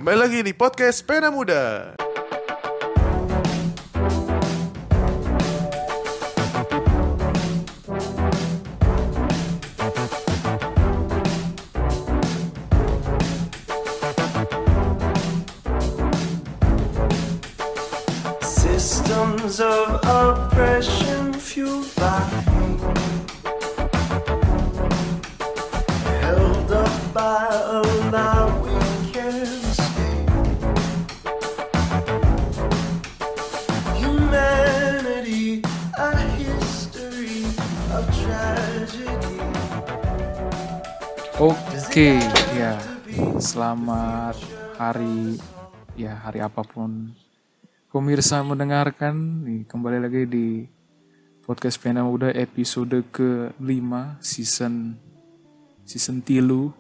Kembali lagi di podcast Pena Muda. Systems of oppression fueled by hate, held up by a lie we can't escape. Humanity, a history of tragedy. Oke, ya. Selamat hari apapun pemirsa mendengarkan. Kembali lagi di podcast Pena Muda episode ke-5 season 3.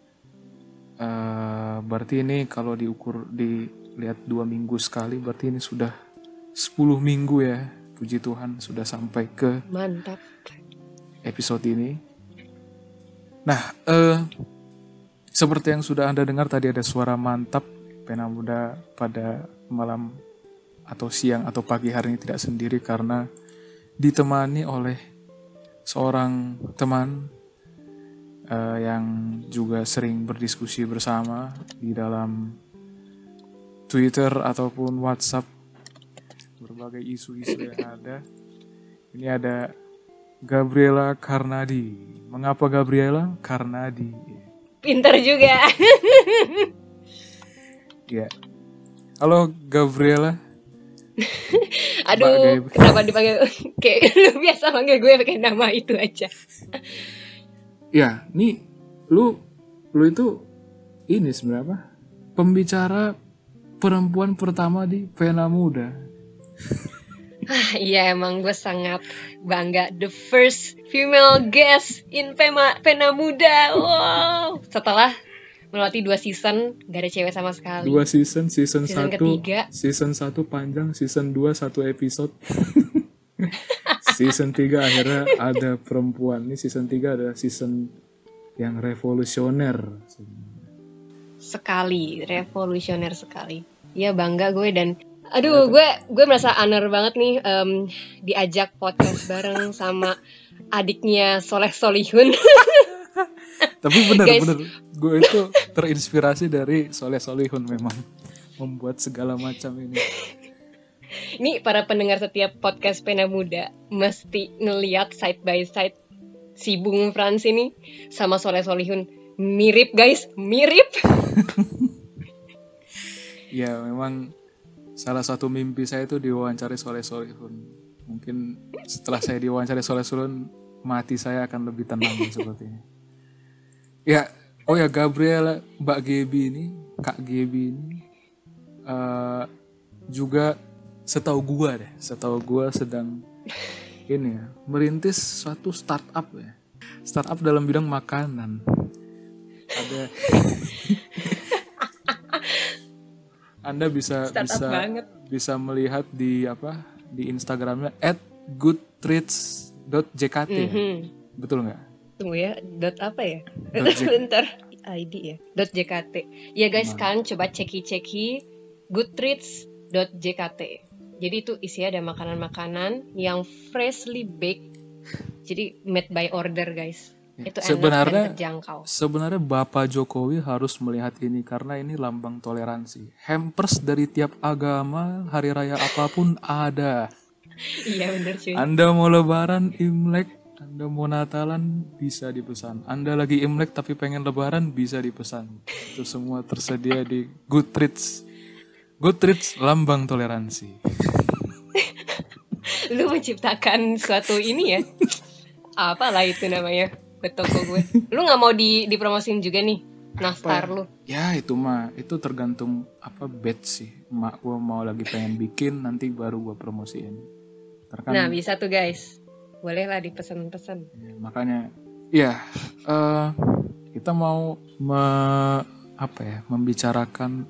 Berarti ini kalau dilihat 2 minggu sekali, berarti ini sudah 10 minggu ya. Puji Tuhan sudah sampai ke mantap episode ini. Nah, seperti yang sudah Anda dengar tadi, ada suara mantap. Pena Muda pada malam atau siang atau pagi hari ini tidak sendiri, karena ditemani oleh seorang teman yang juga sering berdiskusi bersama di dalam Twitter ataupun WhatsApp, berbagai isu-isu yang ada. Ini ada Gabriela Karnadi. Mengapa Gabriela Karnadi? pintar juga. Ya. Halo Gabriela. Aduh, kenapa dipanggil kayak lu biasa panggil gue pakai nama itu aja. Ya, nih lu itu ini sebenarnya apa? Pembicara perempuan pertama di Pena Muda. Iya, emang gue sangat bangga, the first female guest in Pena Muda. Wow. Setelah melewati 2 season, gak ada cewek sama sekali. 2 season 1 ketiga. Season 1 panjang, season 2 1 episode. Season 3 akhirnya ada perempuan. Ini season 3 ada season yang revolusioner sekali. Ya, bangga gue, dan aduh, gue merasa honor banget nih diajak podcast bareng sama adiknya Soleh Solihun. Tapi bener gue itu terinspirasi dari Soleh Solihun, memang membuat segala macam ini. Ini para pendengar setiap podcast Pena Muda mesti ngeliat side by side si Bung Frans ini sama Soleh Solihun. Mirip guys, mirip. Ya, memang salah satu mimpi saya itu diwawancari Soleh Solihun. Mungkin setelah saya diwawancari Soleh Solihun, mati saya akan lebih tenang sepertinya. Ya, oh ya, Gabriela, Mbak Gebi ini, Kak Gebi ini juga setahu gua sedang ini ya, merintis suatu startup ya. Startup dalam bidang makanan. Ada Anda bisa melihat di Instagramnya @goodtreats.jkt ya. Betul nggak? Tunggu ya, bentar, ID ya, .jkt. Ya guys, kan coba ceki goodtreats.jkt. Jadi itu isinya ada makanan-makanan yang freshly baked. Jadi made by order guys. Itu enak dan terjangkau. Sebenarnya Bapak Jokowi harus melihat ini, karena ini lambang toleransi. Hampers dari tiap agama, hari raya apapun ada. Iya benar cuy. Anda mau lebaran, Imlek, Anda mau Natalan, bisa dipesan. Anda lagi Imlek tapi pengen lebaran, bisa dipesan. Itu semua tersedia di Goodtreats. Goodtreats, lambang toleransi. Lu menciptakan suatu ini ya. Apalah itu namanya, buat toko gue. Lu gak mau dipromosin juga nih nastar lu? Ya itu tergantung batch sih. Mak gue mau lagi pengen bikin, nanti baru gue promosiin. Nah bisa tuh guys, boleh lah dipesan-pesan. Ya, makanya kita mau membicarakan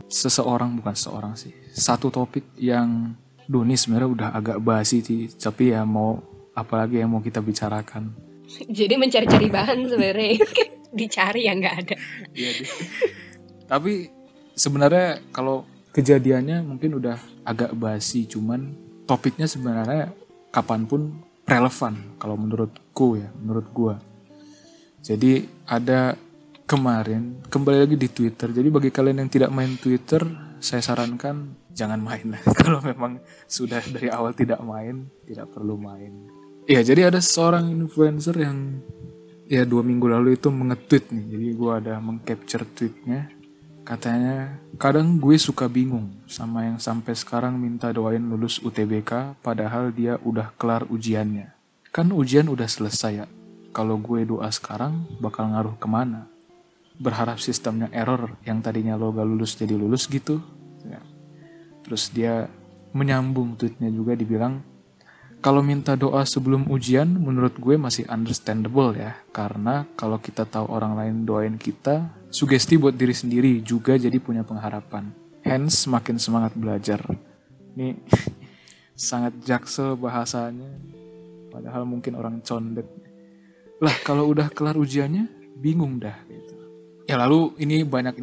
satu topik yang ini sebenarnya udah agak basi sih, tapi ya mau apalagi yang mau kita bicarakan. Jadi mencari-cari bahan sebenarnya. Dicari yang nggak ada. Iya. Tapi sebenarnya kalau kejadiannya mungkin udah agak basi, cuman topiknya sebenarnya kapanpun relevan kalau menurutku ya, menurut gua. Jadi ada kemarin, kembali lagi di Twitter. Jadi bagi kalian yang tidak main Twitter, saya sarankan jangan main lah. Kalau memang sudah dari awal tidak main, tidak perlu main. Ya, jadi ada seorang influencer yang ya 2 minggu lalu itu nge-tweet nih. Jadi gue ada meng-capture tweetnya. Katanya, kadang gue suka bingung sama yang sampai sekarang minta doain lulus UTBK padahal dia udah kelar ujiannya. Kan ujian udah selesai ya. Kalau gue doa sekarang bakal ngaruh kemana? Berharap sistemnya error yang tadinya lo gak lulus jadi lulus gitu. Ya. Terus dia menyambung tweetnya juga dibilang, kalau minta doa sebelum ujian menurut gue masih understandable ya. Karena kalau kita tahu orang lain doain kita, sugesti buat diri sendiri juga jadi punya pengharapan. Hence makin semangat belajar. Ini sangat jaksel bahasanya. Padahal mungkin orang condet. Lah kalau udah kelar ujiannya bingung dah gitu. Ya lalu ini banyak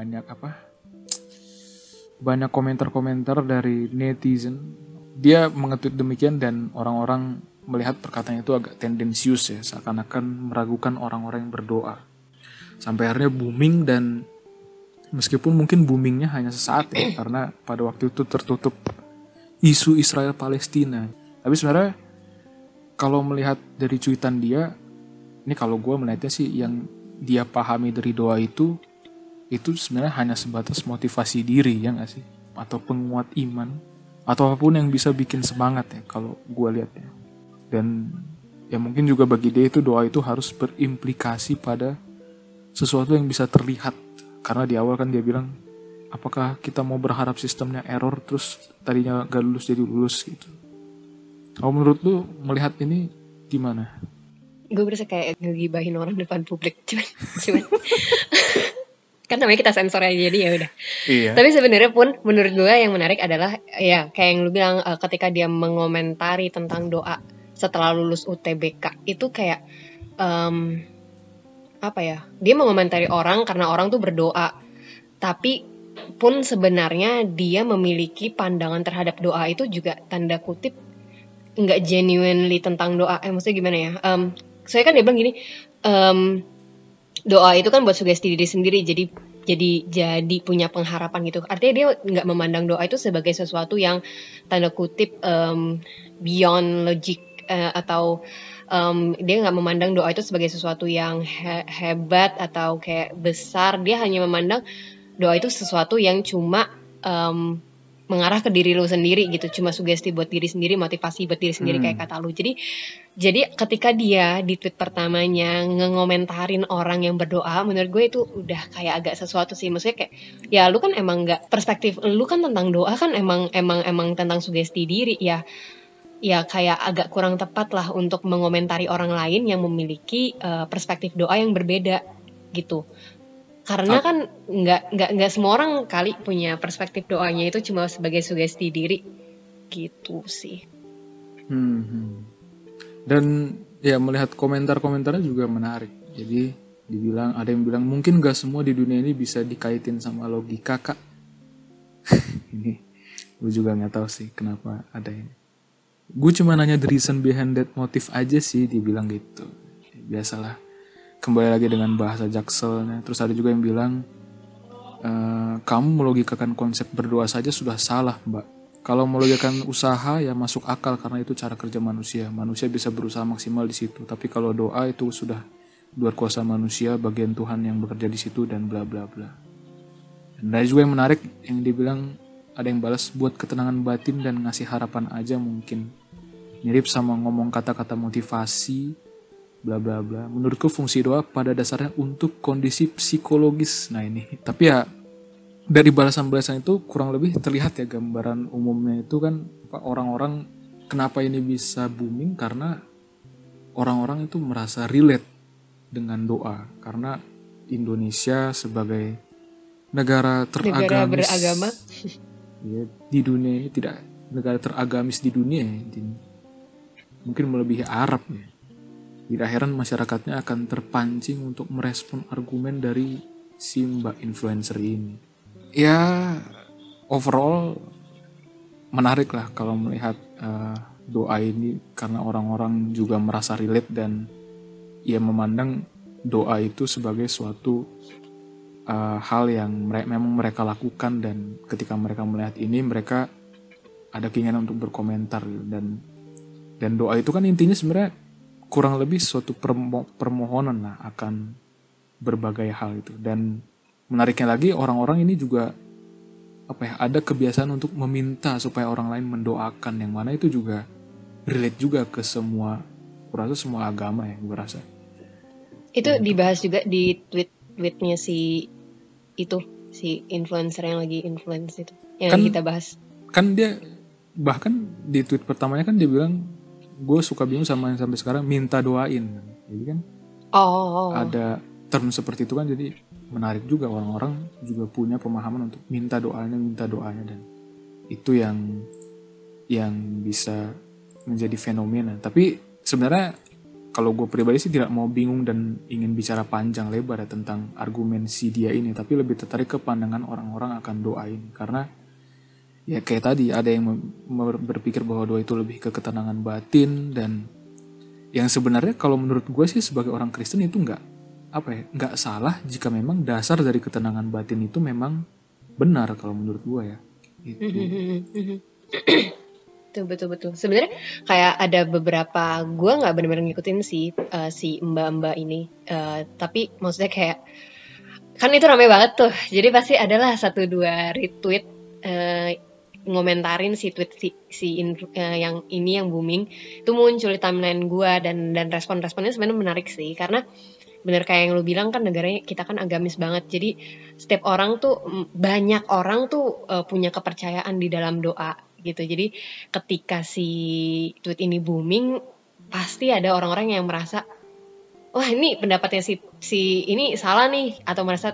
komentar-komentar dari netizen. Dia mengetweet demikian dan orang-orang melihat perkataan itu agak tendensius ya, seakan-akan meragukan orang-orang yang berdoa. Sampai akhirnya booming, dan meskipun mungkin boomingnya hanya sesaat ya, karena pada waktu itu tertutup isu Israel Palestina. Tapi sebenarnya kalau melihat dari cuitan dia, ini kalau gue melihatnya sih yang dia pahami dari doa itu sebenarnya hanya sebatas motivasi diri ya nggak sih, atau penguat iman, atau apapun yang bisa bikin semangat ya kalau gue lihat ya. Dan ya mungkin juga bagi dia itu doa itu harus berimplikasi pada sesuatu yang bisa terlihat. Karena di awal kan dia bilang, apakah kita mau berharap sistemnya error terus tadinya gak lulus jadi lulus gitu. Kalau menurut lu melihat ini gimana? Gue berasa kayak ngegibahin orang depan publik, cuman kan namanya kita sensor aja, jadi ya udah. Iya. Tapi sebenarnya pun menurut gue yang menarik adalah ya kayak yang lu bilang, ketika dia mengomentari tentang doa setelah lulus UTBK itu kayak dia mengomentari orang karena orang tuh berdoa, tapi pun sebenarnya dia memiliki pandangan terhadap doa itu juga tanda kutip nggak genuinely tentang doa. Maksudnya gimana ya? Saya kan dia bilang gini, doa itu kan buat sugesti diri sendiri, jadi punya pengharapan gitu. Artinya dia nggak memandang doa itu sebagai sesuatu yang tanda kutip beyond logic, atau dia nggak memandang doa itu sebagai sesuatu yang hebat atau kayak besar. Dia hanya memandang doa itu sesuatu yang cuma mengarah ke diri lu sendiri gitu, cuma sugesti buat diri sendiri, motivasi buat diri sendiri kayak kata lu. Jadi ketika dia di tweet pertamanya ngomentarin orang yang berdoa, menurut gue itu udah kayak agak sesuatu sih. Maksudnya kayak ya lu kan emang nggak, perspektif lu kan tentang doa kan emang tentang sugesti diri ya. Ya kayak agak kurang tepat lah untuk mengomentari orang lain yang memiliki perspektif doa yang berbeda gitu. Karena kan nggak semua orang kali punya perspektif doanya itu cuma sebagai sugesti diri gitu sih. Dan ya melihat komentar-komentarnya juga menarik. Jadi ada yang bilang mungkin gak semua di dunia ini bisa dikaitin sama logika kak. Ini gue juga nggak tahu sih kenapa ada ini. Gue cuma nanya the reason behind that motif aja sih, dibilang gitu. Biasalah. Kembali lagi dengan bahasa jakselnya. Terus ada juga yang bilang, kamu melogikakan konsep berdoa saja sudah salah mbak. Kalau melogikakan usaha ya masuk akal karena itu cara kerja manusia. Manusia bisa berusaha maksimal di situ. Tapi kalau doa itu sudah luar kuasa manusia, bagian Tuhan yang bekerja di situ dan bla bla bla. Dan ada juga yang menarik yang dibilang, ada yang balas buat ketenangan batin dan ngasih harapan aja mungkin. Mirip sama ngomong kata-kata motivasi bla bla bla. Menurutku fungsi doa pada dasarnya untuk kondisi psikologis. Nah ini, tapi ya dari balasan-balasan itu kurang lebih terlihat ya gambaran umumnya itu kan orang-orang kenapa ini bisa booming karena orang-orang itu merasa relate dengan doa karena Indonesia sebagai negara beragama ya, di dunia ini tidak negara teragamis di dunia ya, mungkin melebihi Arab ya. Tidak heran masyarakatnya akan terpancing untuk merespon argumen dari si mbak influencer ini. Ya overall menarik lah kalau melihat doa ini, karena orang-orang juga merasa relate dan ya memandang doa itu sebagai suatu hal yang memang mereka lakukan, dan ketika mereka melihat ini mereka ada keinginan untuk berkomentar gitu. Dan doa itu kan intinya sebenarnya kurang lebih suatu permohonan lah akan berbagai hal itu. Dan menariknya lagi, orang-orang ini juga ada kebiasaan untuk meminta supaya orang lain mendoakan, yang mana itu juga relate juga ke semua, kurasa semua agama ya, gue rasa. Itu dibahas juga di tweetnya si influencer yang lagi influence itu, yang Kan- kita bahas. Kan dia bahkan di tweet pertamanya kan dia bilang, gue suka bingung sama yang sampai sekarang minta doain. Jadi kan ada term seperti itu kan, jadi menarik juga, orang-orang juga punya pemahaman untuk minta doanya, dan itu yang bisa menjadi fenomena. Tapi sebenarnya kalau gue pribadi sih tidak mau bingung dan ingin bicara panjang lebar ya tentang argumen si dia ini, tapi lebih tertarik ke pandangan orang-orang akan doa ini. Karena ya kayak tadi ada yang berpikir bahwa doa itu lebih ke ketenangan batin, dan yang sebenarnya kalau menurut gue sih sebagai orang Kristen itu nggak salah jika memang dasar dari ketenangan batin itu memang benar kalau menurut gue ya. Gitu. Betul. Sebenarnya kayak ada beberapa, gue nggak benar-benar ngikutin si mbak-mbak ini, tapi maksudnya kayak kan itu rame banget tuh, jadi pasti adalah 1-2 retweet ngomentarin si tweet yang ini yang booming itu muncul di timeline gue, dan respon-responnya sebenarnya menarik sih, karena bener kayak yang lu bilang kan, negaranya kita kan agamis banget, jadi setiap orang tuh, banyak orang tuh punya kepercayaan di dalam doa gitu. Jadi ketika si tweet ini booming, pasti ada orang-orang yang merasa, wah ini pendapatnya si ini salah nih, atau merasa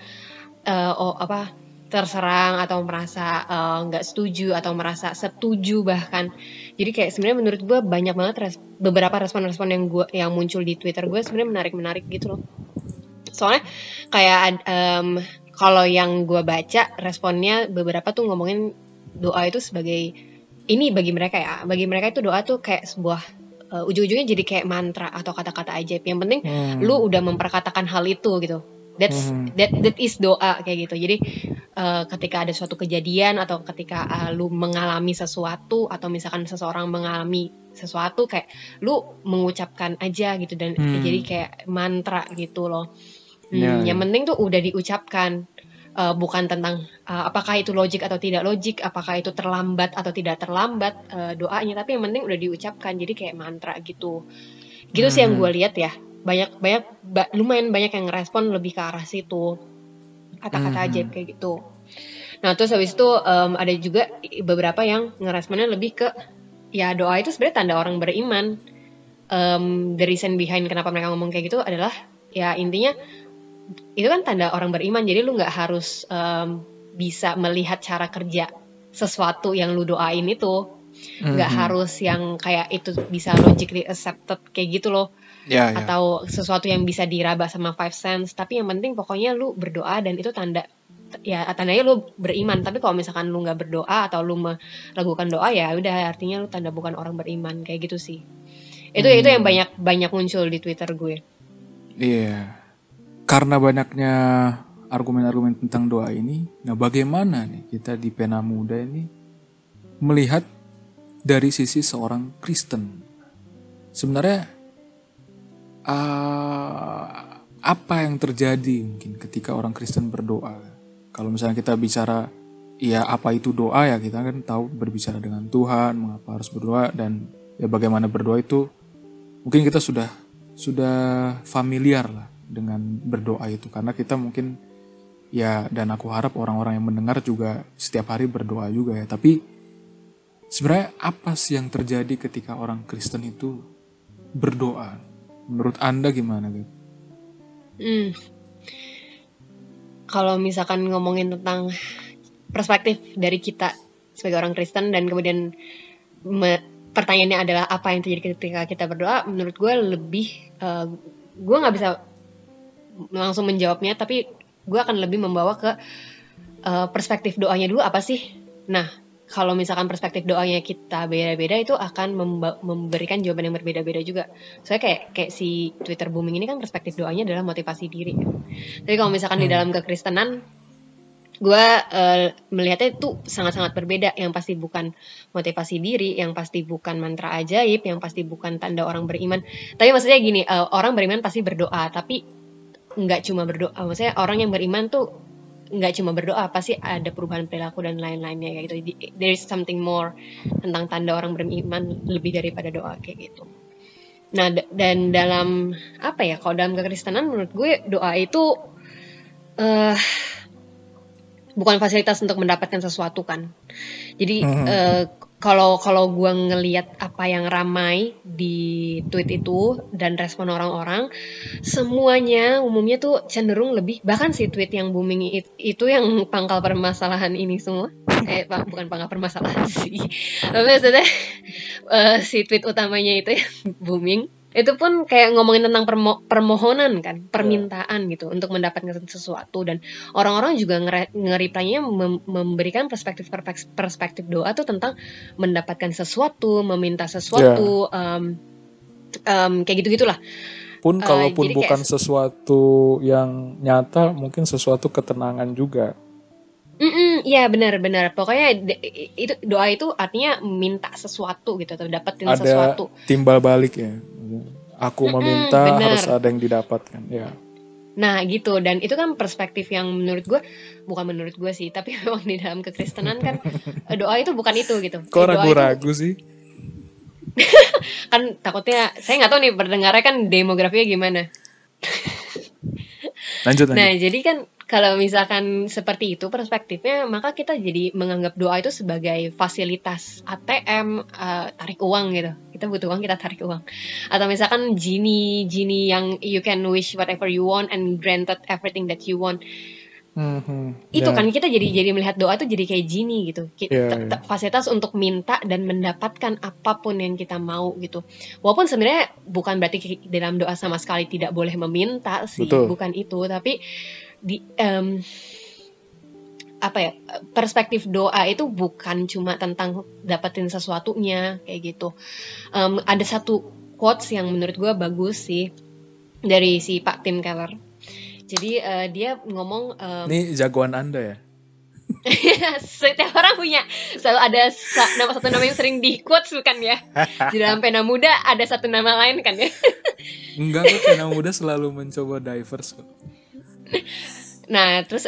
terserang, atau merasa nggak setuju, atau merasa setuju bahkan. Jadi kayak sebenarnya menurut gue banyak banget beberapa respon-respon yang muncul di Twitter gue sebenarnya menarik gitu loh. Soalnya kayak kalau yang gue baca responnya beberapa tuh ngomongin doa itu sebagai ini, bagi mereka itu doa tuh kayak sebuah ujung-ujungnya jadi kayak mantra atau kata-kata ajaib. Yang penting lu udah memperkatakan hal itu gitu. That is doa kayak gitu. Jadi ketika ada suatu kejadian, atau ketika lu mengalami sesuatu, atau misalkan seseorang mengalami sesuatu, kayak lu mengucapkan aja gitu, dan jadi kayak mantra gitu loh. Yang penting tuh udah diucapkan, bukan tentang apakah itu logik atau tidak logik, apakah itu terlambat atau tidak terlambat doanya, tapi yang penting udah diucapkan, jadi kayak mantra gitu. Gitu sih yang gue lihat ya. Lumayan banyak yang ngerespon lebih ke arah situ, kata-kata ajaib kayak gitu. Nah terus habis itu ada juga beberapa yang ngeresponnya lebih ke, ya doa itu sebenarnya tanda orang beriman. The reason behind kenapa mereka ngomong kayak gitu adalah, ya intinya itu kan tanda orang beriman, jadi lu nggak harus bisa melihat cara kerja sesuatu yang lu doain itu, nggak harus yang kayak itu bisa logically accepted kayak gitu loh. Atau sesuatu yang bisa diraba sama 5 sense, tapi yang penting pokoknya lu berdoa, dan itu tandanya lu beriman. Tapi kalau misalkan lu nggak berdoa atau lu melakukan doa, ya udah artinya lu tanda bukan orang beriman kayak gitu sih. Itu yang banyak muncul di Twitter gue. Iya. Karena banyaknya argumen-argumen tentang doa ini, nah bagaimana nih kita di Pena Muda ini melihat dari sisi seorang Kristen? Sebenarnya apa yang terjadi mungkin ketika orang Kristen berdoa? Kalau misalnya kita bicara, ya apa itu doa, ya kita kan tahu berbicara dengan Tuhan, mengapa harus berdoa, dan ya bagaimana berdoa itu mungkin kita sudah familiar lah dengan berdoa itu, karena kita mungkin ya, dan aku harap orang-orang yang mendengar juga setiap hari berdoa juga ya. Tapi sebenarnya apa sih yang terjadi ketika orang Kristen itu berdoa? Menurut Anda gimana, Beb? Kalau misalkan ngomongin tentang perspektif dari kita sebagai orang Kristen, dan kemudian pertanyaannya adalah apa yang terjadi ketika kita berdoa, menurut gue gue nggak bisa langsung menjawabnya, tapi gue akan lebih membawa ke perspektif doanya dulu apa sih. Nah, kalau misalkan perspektif doanya kita beda-beda, itu akan memberikan jawaban yang berbeda-beda juga. Soalnya kayak si Twitter booming ini kan perspektif doanya adalah motivasi diri. Tapi kalau misalkan di dalam kekristenan, gue melihatnya itu sangat-sangat berbeda. Yang pasti bukan motivasi diri, yang pasti bukan mantra ajaib, yang pasti bukan tanda orang beriman. Tapi maksudnya gini, orang beriman pasti berdoa, tapi nggak cuma berdoa. Maksudnya orang yang beriman tuh nggak cuma berdoa, pasti ada perubahan perilaku dan lain-lainnya kayak gitu. There is something more tentang tanda orang beriman lebih daripada doa kayak gitu. Nah, dan dalam apa ya? Kalau dalam kekristenan menurut gue doa itu bukan fasilitas untuk mendapatkan sesuatu kan. Jadi kalau gue ngelihat apa yang ramai di tweet itu dan respon orang-orang, semuanya umumnya tuh cenderung lebih, bahkan si tweet yang booming itu yang pangkal permasalahan ini semua. Bukan pangkal permasalahan sih. Tapi maksudnya si tweet utamanya itu yang booming, itu pun kayak ngomongin tentang permohonan kan, permintaan gitu untuk mendapatkan sesuatu, dan orang-orang juga nge-reply-nya memberikan perspektif doa tuh tentang mendapatkan sesuatu, meminta sesuatu, kayak gitu-gitulah. Pun kalaupun bukan kayak, sesuatu yang nyata, mungkin sesuatu ketenangan juga. Iya benar. Pokoknya itu doa itu artinya minta sesuatu gitu, atau dapetin sesuatu. Ada timbal balik ya. Aku meminta harus ada yang didapatkan. Ya. Nah gitu, dan itu kan perspektif yang bukan menurut gue sih, tapi memang di dalam kekristenan kan doa itu bukan itu gitu. Kok ragu-ragu sih? Kan takutnya, saya nggak tahu nih pendengarnya kan demografinya gimana. Lanjut. Nah jadi kan kalau misalkan seperti itu perspektifnya, maka kita jadi menganggap doa itu sebagai fasilitas ATM, tarik uang gitu. Kita butuh uang, kita tarik uang. Atau misalkan genie yang you can wish whatever you want and granted everything that you want. Itu kan kita jadi melihat doa itu jadi kayak genie gitu. Fasilitas untuk minta dan mendapatkan apapun yang kita mau gitu. Walaupun sebenarnya bukan berarti dalam doa sama sekali tidak boleh meminta sih. Betul. Bukan itu, tapi perspektif doa itu bukan cuma tentang dapetin sesuatunya kayak gitu. Ada satu quotes yang menurut gue bagus sih dari si Pak Tim Keller. Jadi dia ngomong, ini jagoan Anda ya? Setiap orang punya selalu ada satu nama yang sering di quotes bukan ya? Di dalam Pena Muda ada satu nama lain kan ya? Enggak, kok Pena Muda selalu mencoba diverse kok. Nah terus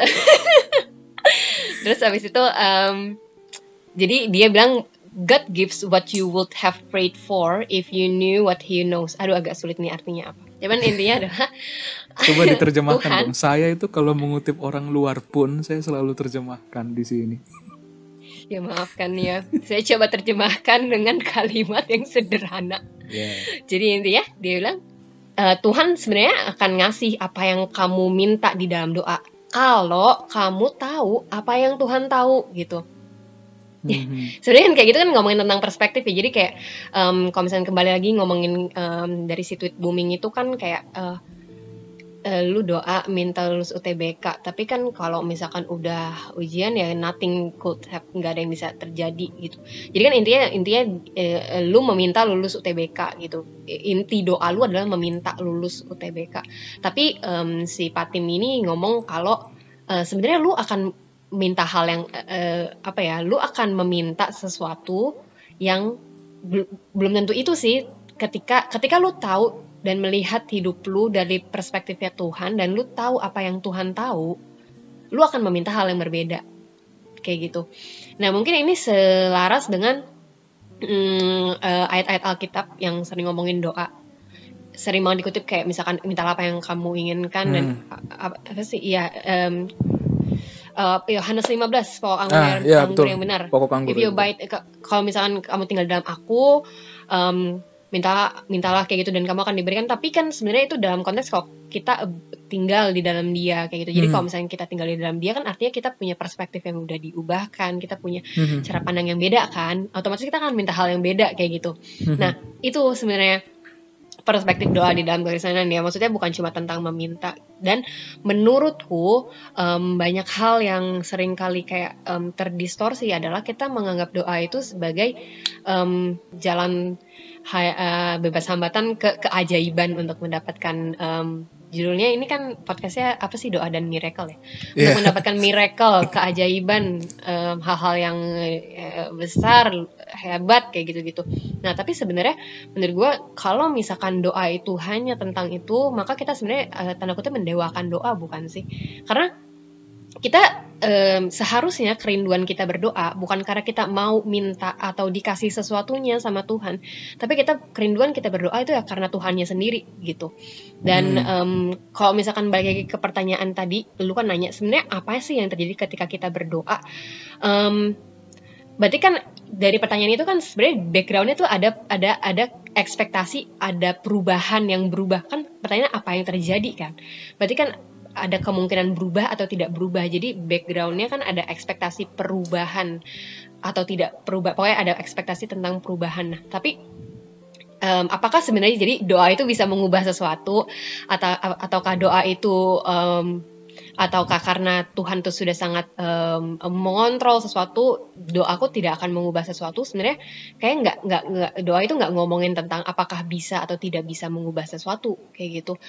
habis itu jadi dia bilang, God gives what you would have prayed for if you knew what He knows. Aduh agak sulit nih artinya apa. Cuman intinya adalah coba diterjemahkan dong. Saya itu kalau mengutip orang luar pun saya selalu terjemahkan di sini. Ya maafkan ya, saya coba terjemahkan dengan kalimat yang sederhana. Jadi intinya dia bilang, Tuhan sebenarnya akan ngasih apa yang kamu minta di dalam doa kalau kamu tahu apa yang Tuhan tahu gitu. Sebenarnya kayak gitu kan ngomongin tentang perspektif ya. Jadi kayak kalau misalnya kembali lagi ngomongin dari si tweet booming itu kan kayak lu doa minta lulus UTBK, tapi kan kalau misalkan udah ujian ya nothing could have, nggak ada yang bisa terjadi gitu. Jadi kan intinya lu meminta lulus UTBK gitu. Inti doa lu adalah meminta lulus UTBK. Tapi si Patim ini ngomong kalau sebenarnya lu akan minta hal yang lu akan meminta sesuatu yang belum tentu itu sih. Ketika lu tahu dan melihat hidup lu dari perspektifnya Tuhan, dan lu tahu apa yang Tuhan tahu, lu akan meminta hal yang berbeda kayak gitu. Nah mungkin ini selaras dengan ayat-ayat Alkitab yang sering ngomongin doa, sering banget dikutip kayak misalkan mintalah apa yang kamu inginkan, dan apa sih ya, Yohanes 15 pokok anggur yang benar. If you abide, kalau misalkan kamu tinggal dalam aku, mintalah kayak gitu dan kamu akan diberikan. Tapi kan sebenarnya itu dalam konteks kalau kita tinggal di dalam Dia kayak gitu. Jadi kalau misalnya kita tinggal di dalam Dia kan artinya kita punya perspektif yang udah diubahkan, kita punya cara pandang yang beda kan. Otomatis kita akan minta hal yang beda kayak gitu. Nah itu sebenarnya perspektif doa di dalam kekristenan ya. Maksudnya bukan cuma tentang meminta Dan menurutku banyak hal yang seringkali kayak terdistorsi adalah kita menganggap doa itu sebagai jalan bebas hambatan ke keajaiban untuk mendapatkan judulnya ini kan podcastnya apa sih, doa dan miracle ya, untuk mendapatkan miracle, keajaiban, hal-hal yang besar, hebat kayak gitu-gitu. Nah tapi sebenarnya menurut gue kalau misalkan doa itu hanya tentang itu, maka kita sebenarnya tanda kutip mendewakan doa, bukan sih? Karena kita seharusnya kerinduan kita berdoa bukan karena kita mau minta atau dikasih sesuatunya sama Tuhan, tapi kerinduan kita berdoa itu ya karena Tuhannya sendiri gitu. Dan kalau misalkan balik lagi ke pertanyaan tadi, lu kan nanya sebenarnya apa sih yang terjadi ketika kita berdoa. Berarti kan dari pertanyaan itu kan sebenarnya backgroundnya tuh ada ekspektasi, ada perubahan yang berubah kan. Pertanyaan apa yang terjadi kan? Berarti kan ada kemungkinan berubah atau tidak berubah. Jadi backgroundnya kan ada ekspektasi perubahan atau tidak berubah. Pokoknya ada ekspektasi tentang perubahan. Nah, tapi apakah sebenarnya jadi doa itu bisa mengubah sesuatu ataukah doa itu ataukah karena Tuhan tuh sudah sangat mengontrol sesuatu, doaku tidak akan mengubah sesuatu? Sebenarnya kayak nggak doa itu nggak ngomongin tentang apakah bisa atau tidak bisa mengubah sesuatu kayak gitu.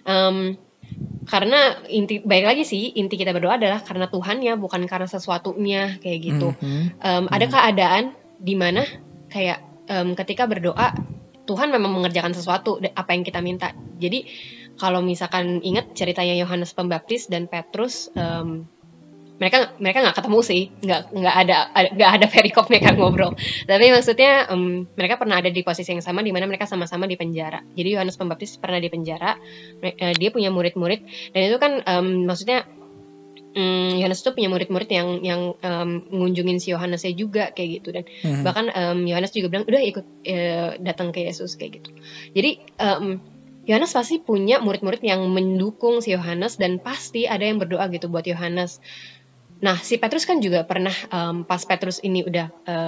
Karena baik lagi sih, inti kita berdoa adalah karena Tuhan ya, bukan karena sesuatunya kayak gitu. Ada keadaan di mana kayak ketika berdoa Tuhan memang mengerjakan sesuatu apa yang kita minta. Jadi kalau misalkan ingat ceritanya Yohanes Pembaptis dan Petrus, mereka nggak ketemu sih, nggak ada perikop mereka ngobrol. Tapi maksudnya mereka pernah ada di posisi yang sama di mana mereka sama-sama di penjara. Jadi Yohanes Pembaptis pernah di penjara, dia punya murid-murid, dan itu kan maksudnya Yohanes itu punya murid-murid yang ngunjungin si Yohanesnya juga kayak gitu. Dan bahkan Yohanes juga bilang udah ikut datang ke Yesus kayak gitu. Jadi Yohanes pasti punya murid-murid yang mendukung si Yohanes, dan pasti ada yang berdoa gitu buat Yohanes. Nah, si Petrus kan juga pernah pas Petrus ini udah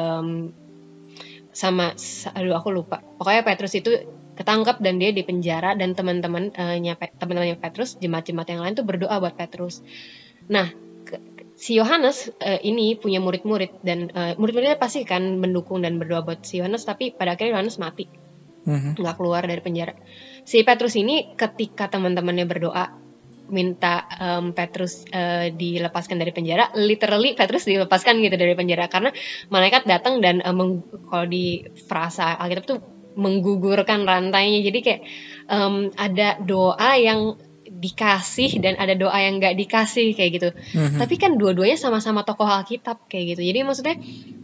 aku lupa. Pokoknya Petrus itu ketangkep dan dia di penjara, dan teman-temannya Petrus, jemaat-jemaat yang lain tuh berdoa buat Petrus. Nah, si Yohanes ini punya murid-murid, dan murid-muridnya pasti kan mendukung dan berdoa buat si Yohanes, tapi pada akhirnya Yohanes mati, nggak keluar dari penjara. Si Petrus ini ketika teman-temannya berdoa minta Petrus dilepaskan dari penjara, literally Petrus dilepaskan gitu dari penjara, karena malaikat datang dan kalau di frasa Alkitab tuh menggugurkan rantainya. Jadi kayak ada doa yang dikasih dan ada doa yang nggak dikasih kayak gitu. Tapi kan dua-duanya sama-sama tokoh Alkitab kayak gitu. Jadi maksudnya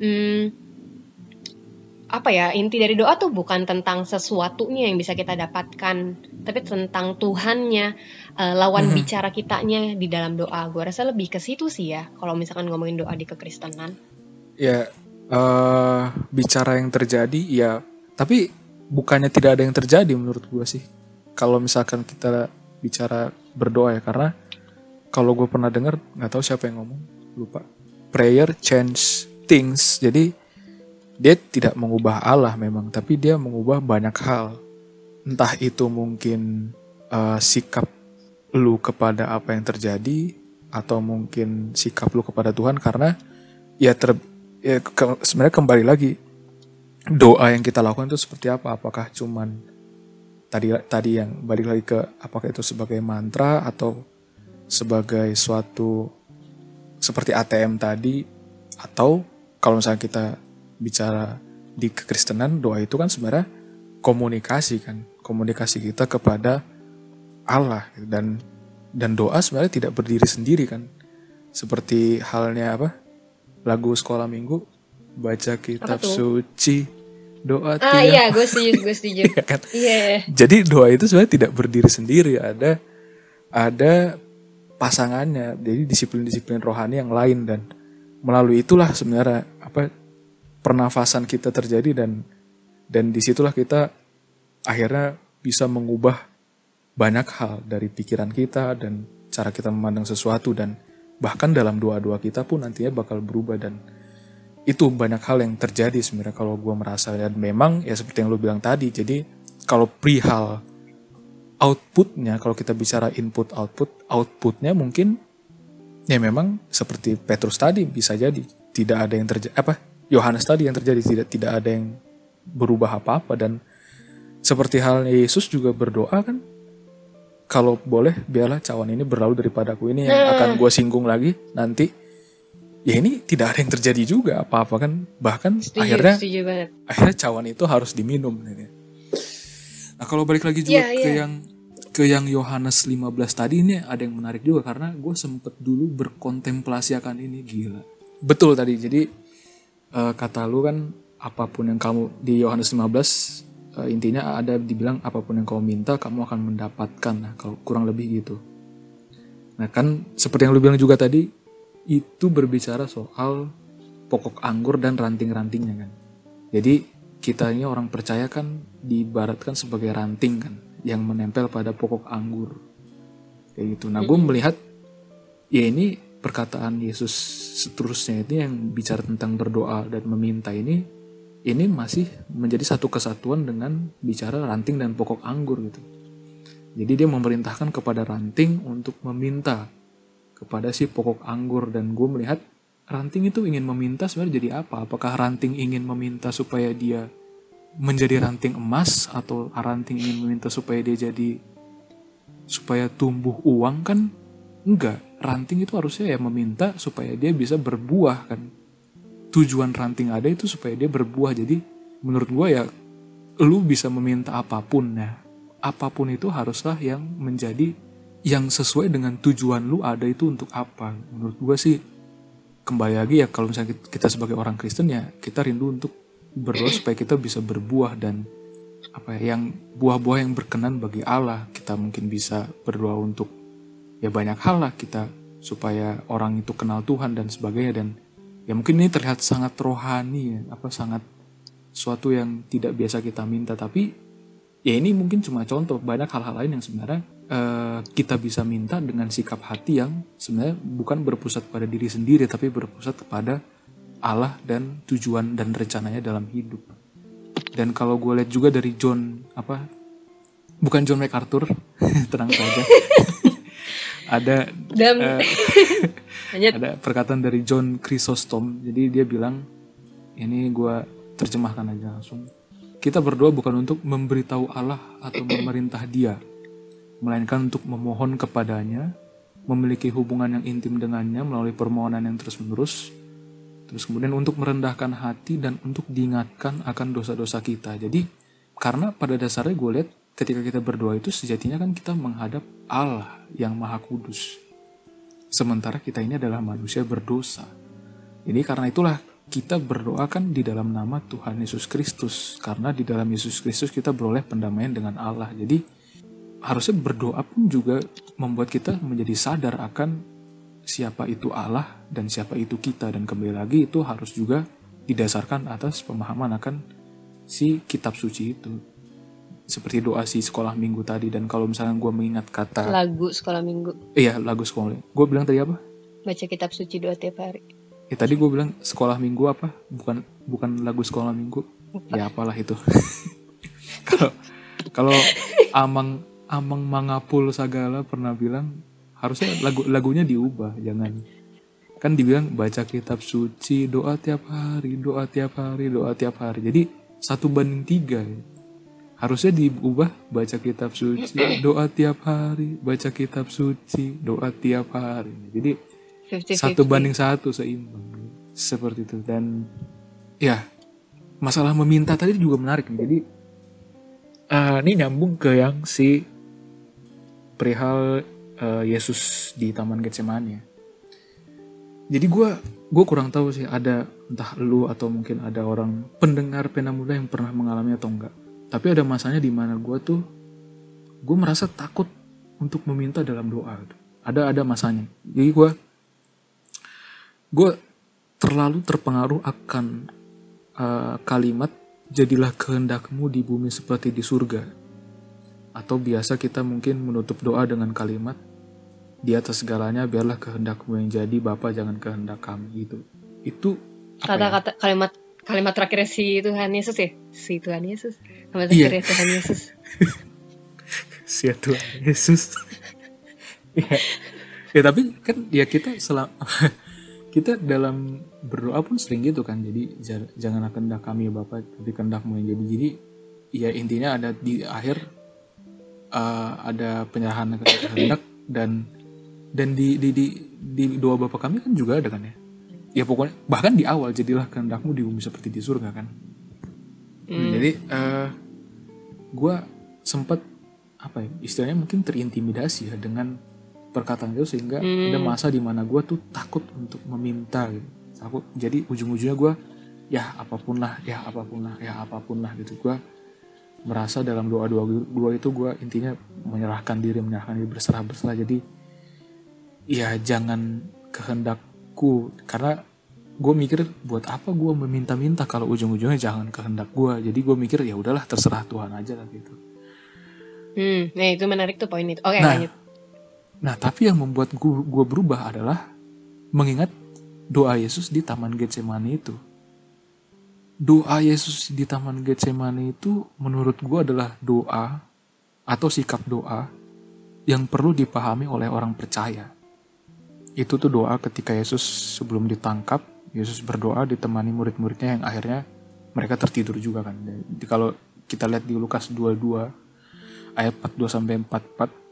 inti dari doa tuh bukan tentang sesuatunya yang bisa kita dapatkan, tapi tentang Tuhannya, lawan bicara kitanya di dalam doa. Gue rasa lebih ke situ sih ya, kalau misalkan ngomongin doa di kekristenan. Ya, bicara yang terjadi ya, tapi bukannya tidak ada yang terjadi menurut gue sih. Kalau misalkan kita bicara berdoa ya, karena kalau gue pernah dengar, nggak tahu siapa yang ngomong, lupa. Prayer change things. Jadi dia tidak mengubah Allah memang, tapi dia mengubah banyak hal. Entah itu mungkin sikap lu kepada apa yang terjadi, atau mungkin sikap lu kepada Tuhan. Karena sebenarnya kembali lagi, doa yang kita lakukan itu seperti apa? Apakah cuman tadi yang balik lagi ke apakah itu sebagai mantra atau sebagai suatu seperti ATM tadi, atau kalau misalnya kita bicara di kekristenan, doa itu kan sebenarnya komunikasi kita kepada Allah, dan doa sebenarnya tidak berdiri sendiri kan, seperti halnya lagu sekolah minggu, baca kitab suci, doa tiap. Iya, gue setuju. Iya kan? Yeah. Jadi doa itu sebenarnya tidak berdiri sendiri, ada pasangannya, jadi disiplin-disiplin rohani yang lain, dan melalui itulah sebenarnya pernafasan kita terjadi, dan disitulah kita akhirnya bisa mengubah banyak hal dari pikiran kita dan cara kita memandang sesuatu, dan bahkan dalam doa-doa kita pun nantinya bakal berubah. Dan itu banyak hal yang terjadi sebenarnya kalau gue merasa. Dan memang ya seperti yang lu bilang tadi, jadi kalau perihal outputnya, kalau kita bicara input outputnya mungkin ya memang seperti Petrus tadi, bisa jadi tidak ada yang terjadi, Yohanes tadi yang terjadi, tidak ada yang berubah apa-apa. Dan seperti halnya Yesus juga berdoa kan, kalau boleh biarlah cawan ini berlalu daripadaku, ini yang akan gue singgung lagi nanti. Ya ini tidak ada yang terjadi juga apa-apa kan, bahkan akhirnya cawan itu harus diminum. Nah kalau balik lagi juga ke yang Yohanes 15 tadi, ini ada yang menarik juga karena gue sempet dulu berkontemplasi akan ini, gila. Betul tadi, jadi kata lu kan apapun yang kamu di Yohanes 15 intinya ada dibilang apapun yang kamu minta kamu akan mendapatkan. Nah kalau kurang lebih gitu. Nah kan seperti yang lu bilang juga tadi, itu berbicara soal pokok anggur dan ranting-rantingnya kan. Jadi kita ini orang percaya kan diibaratkan sebagai ranting kan, yang menempel pada pokok anggur kayak gitu. Nah gue melihat ya ini perkataan Yesus seterusnya itu yang bicara tentang berdoa dan meminta ini masih menjadi satu kesatuan dengan bicara ranting dan pokok anggur gitu. Jadi dia memerintahkan kepada ranting untuk meminta kepada si pokok anggur. Dan gue melihat ranting itu ingin meminta sebenarnya jadi apa? Apakah ranting ingin meminta supaya dia menjadi ranting emas, atau ranting ingin meminta supaya tumbuh uang kan? Enggak, ranting itu harusnya ya meminta supaya dia bisa berbuah kan. Tujuan ranting ada itu supaya dia berbuah. Jadi menurut gue ya lu bisa meminta apapun ya. Apapun itu haruslah yang menjadi yang sesuai dengan tujuan lu ada itu untuk apa. Menurut gue sih kembali lagi ya, kalau misalnya kita sebagai orang Kristen ya kita rindu untuk berdoa supaya kita bisa berbuah dan yang buah-buah yang berkenan bagi Allah. Kita mungkin bisa berdoa untuk ya banyak hal lah, kita supaya orang itu kenal Tuhan dan sebagainya. Dan ya mungkin ini terlihat sangat rohani ya, sangat suatu yang tidak biasa kita minta, tapi ya ini mungkin cuma contoh banyak hal-hal lain yang sebenarnya kita bisa minta dengan sikap hati yang sebenarnya bukan berpusat pada diri sendiri, tapi berpusat kepada Allah dan tujuan dan rencananya dalam hidup. Dan kalau gue lihat juga dari bukan John MacArthur, tenang saja. ada perkataan dari John Chrysostom. Jadi dia bilang, ini gue terjemahkan aja langsung. Kita berdoa bukan untuk memberitahu Allah atau memerintah Dia, melainkan untuk memohon kepadanya, memiliki hubungan yang intim dengannya melalui permohonan yang terus-menerus, terus kemudian untuk merendahkan hati dan untuk diingatkan akan dosa-dosa kita. Jadi karena pada dasarnya gue lihat ketika kita berdoa itu sejatinya kan kita menghadap Allah yang Maha Kudus, sementara kita ini adalah manusia berdosa. Jadi karena itulah kita berdoa kan di dalam nama Tuhan Yesus Kristus, karena di dalam Yesus Kristus kita beroleh pendamaian dengan Allah. Jadi harusnya berdoa pun juga membuat kita menjadi sadar akan siapa itu Allah dan siapa itu kita. Dan kembali lagi itu harus juga didasarkan atas pemahaman akan si kitab suci itu. Seperti doa si sekolah minggu tadi. Dan kalau misalnya gue mengingat kata lagu sekolah minggu. Iya, lagu sekolah minggu. Gue bilang tadi apa? Baca kitab suci doa tiap hari. Tadi gue bilang sekolah minggu apa? Bukan lagu sekolah minggu. Ya apalah itu. Kalau Amang Mangapul Sagala pernah bilang harusnya lagunya diubah, jangan kan dibilang baca kitab suci doa tiap hari, doa tiap hari, doa tiap hari. Jadi 1:3 harusnya diubah baca kitab suci doa tiap hari, baca kitab suci doa tiap hari. Jadi 1:1 seimbang seperti itu. Dan ya masalah meminta tadi juga menarik. Jadi ini nyambung ke yang si perihal Yesus di Taman Getsemani. Jadi gue kurang tahu sih ada entah lu atau mungkin ada orang pendengar Pena Muda yang pernah mengalami atau enggak. Tapi ada masanya di mana gue merasa takut untuk meminta dalam doa. Ada masanya. Jadi gue terlalu terpengaruh akan kalimat jadilah kehendakmu di bumi seperti di surga. Atau biasa kita mungkin menutup doa dengan kalimat di atas segalanya biarlah kehendakmu yang jadi Bapa, jangan kehendak kami. Itu kata-kata kalimat terakhir si Tuhan Yesus ya, si Tuhan Yesus, kalimat terakhir Tuhan Yesus. ya Tuhan Yesus. Ya, ya tapi kan ya kita kita dalam berdoa pun sering gitu kan. Jadi janganlah kehendak kami ya Bapa, tapi kehendakmu yang jadi. Jadi ya intinya ada di akhir ada penyerahan kehendak dan di doa Bapa kami kan juga ada kan ya. Ya pokoknya bahkan di awal jadilah kehendakmu di bumi seperti di surga kan. Jadi gue sempat apa ya istilahnya mungkin terintimidasi ya dengan perkataan itu sehingga ada masa di mana gue tuh takut untuk meminta gitu. Takut. Jadi ujung-ujungnya gue ya apapun lah gitu. Gue merasa dalam doa itu gue intinya menyerahkan diri berserah. Jadi ya jangan kehendakku, karena gue mikir buat apa gue meminta-minta kalau ujung-ujungnya jangan kehendak gue. Jadi gue mikir ya udahlah terserah Tuhan aja lah gitu. Nah itu menarik tuh poin itu. Oke, lanjut. Nah tapi yang membuat gue berubah adalah mengingat doa Yesus di Taman Getsemani itu. Doa Yesus di Taman Getsemani itu menurut gue adalah doa atau sikap doa yang perlu dipahami oleh orang percaya. Itu tuh doa ketika Yesus sebelum ditangkap, Yesus berdoa ditemani murid-muridnya yang akhirnya mereka tertidur juga kan. Jadi kalau kita lihat di Lukas 22 ayat 42-44,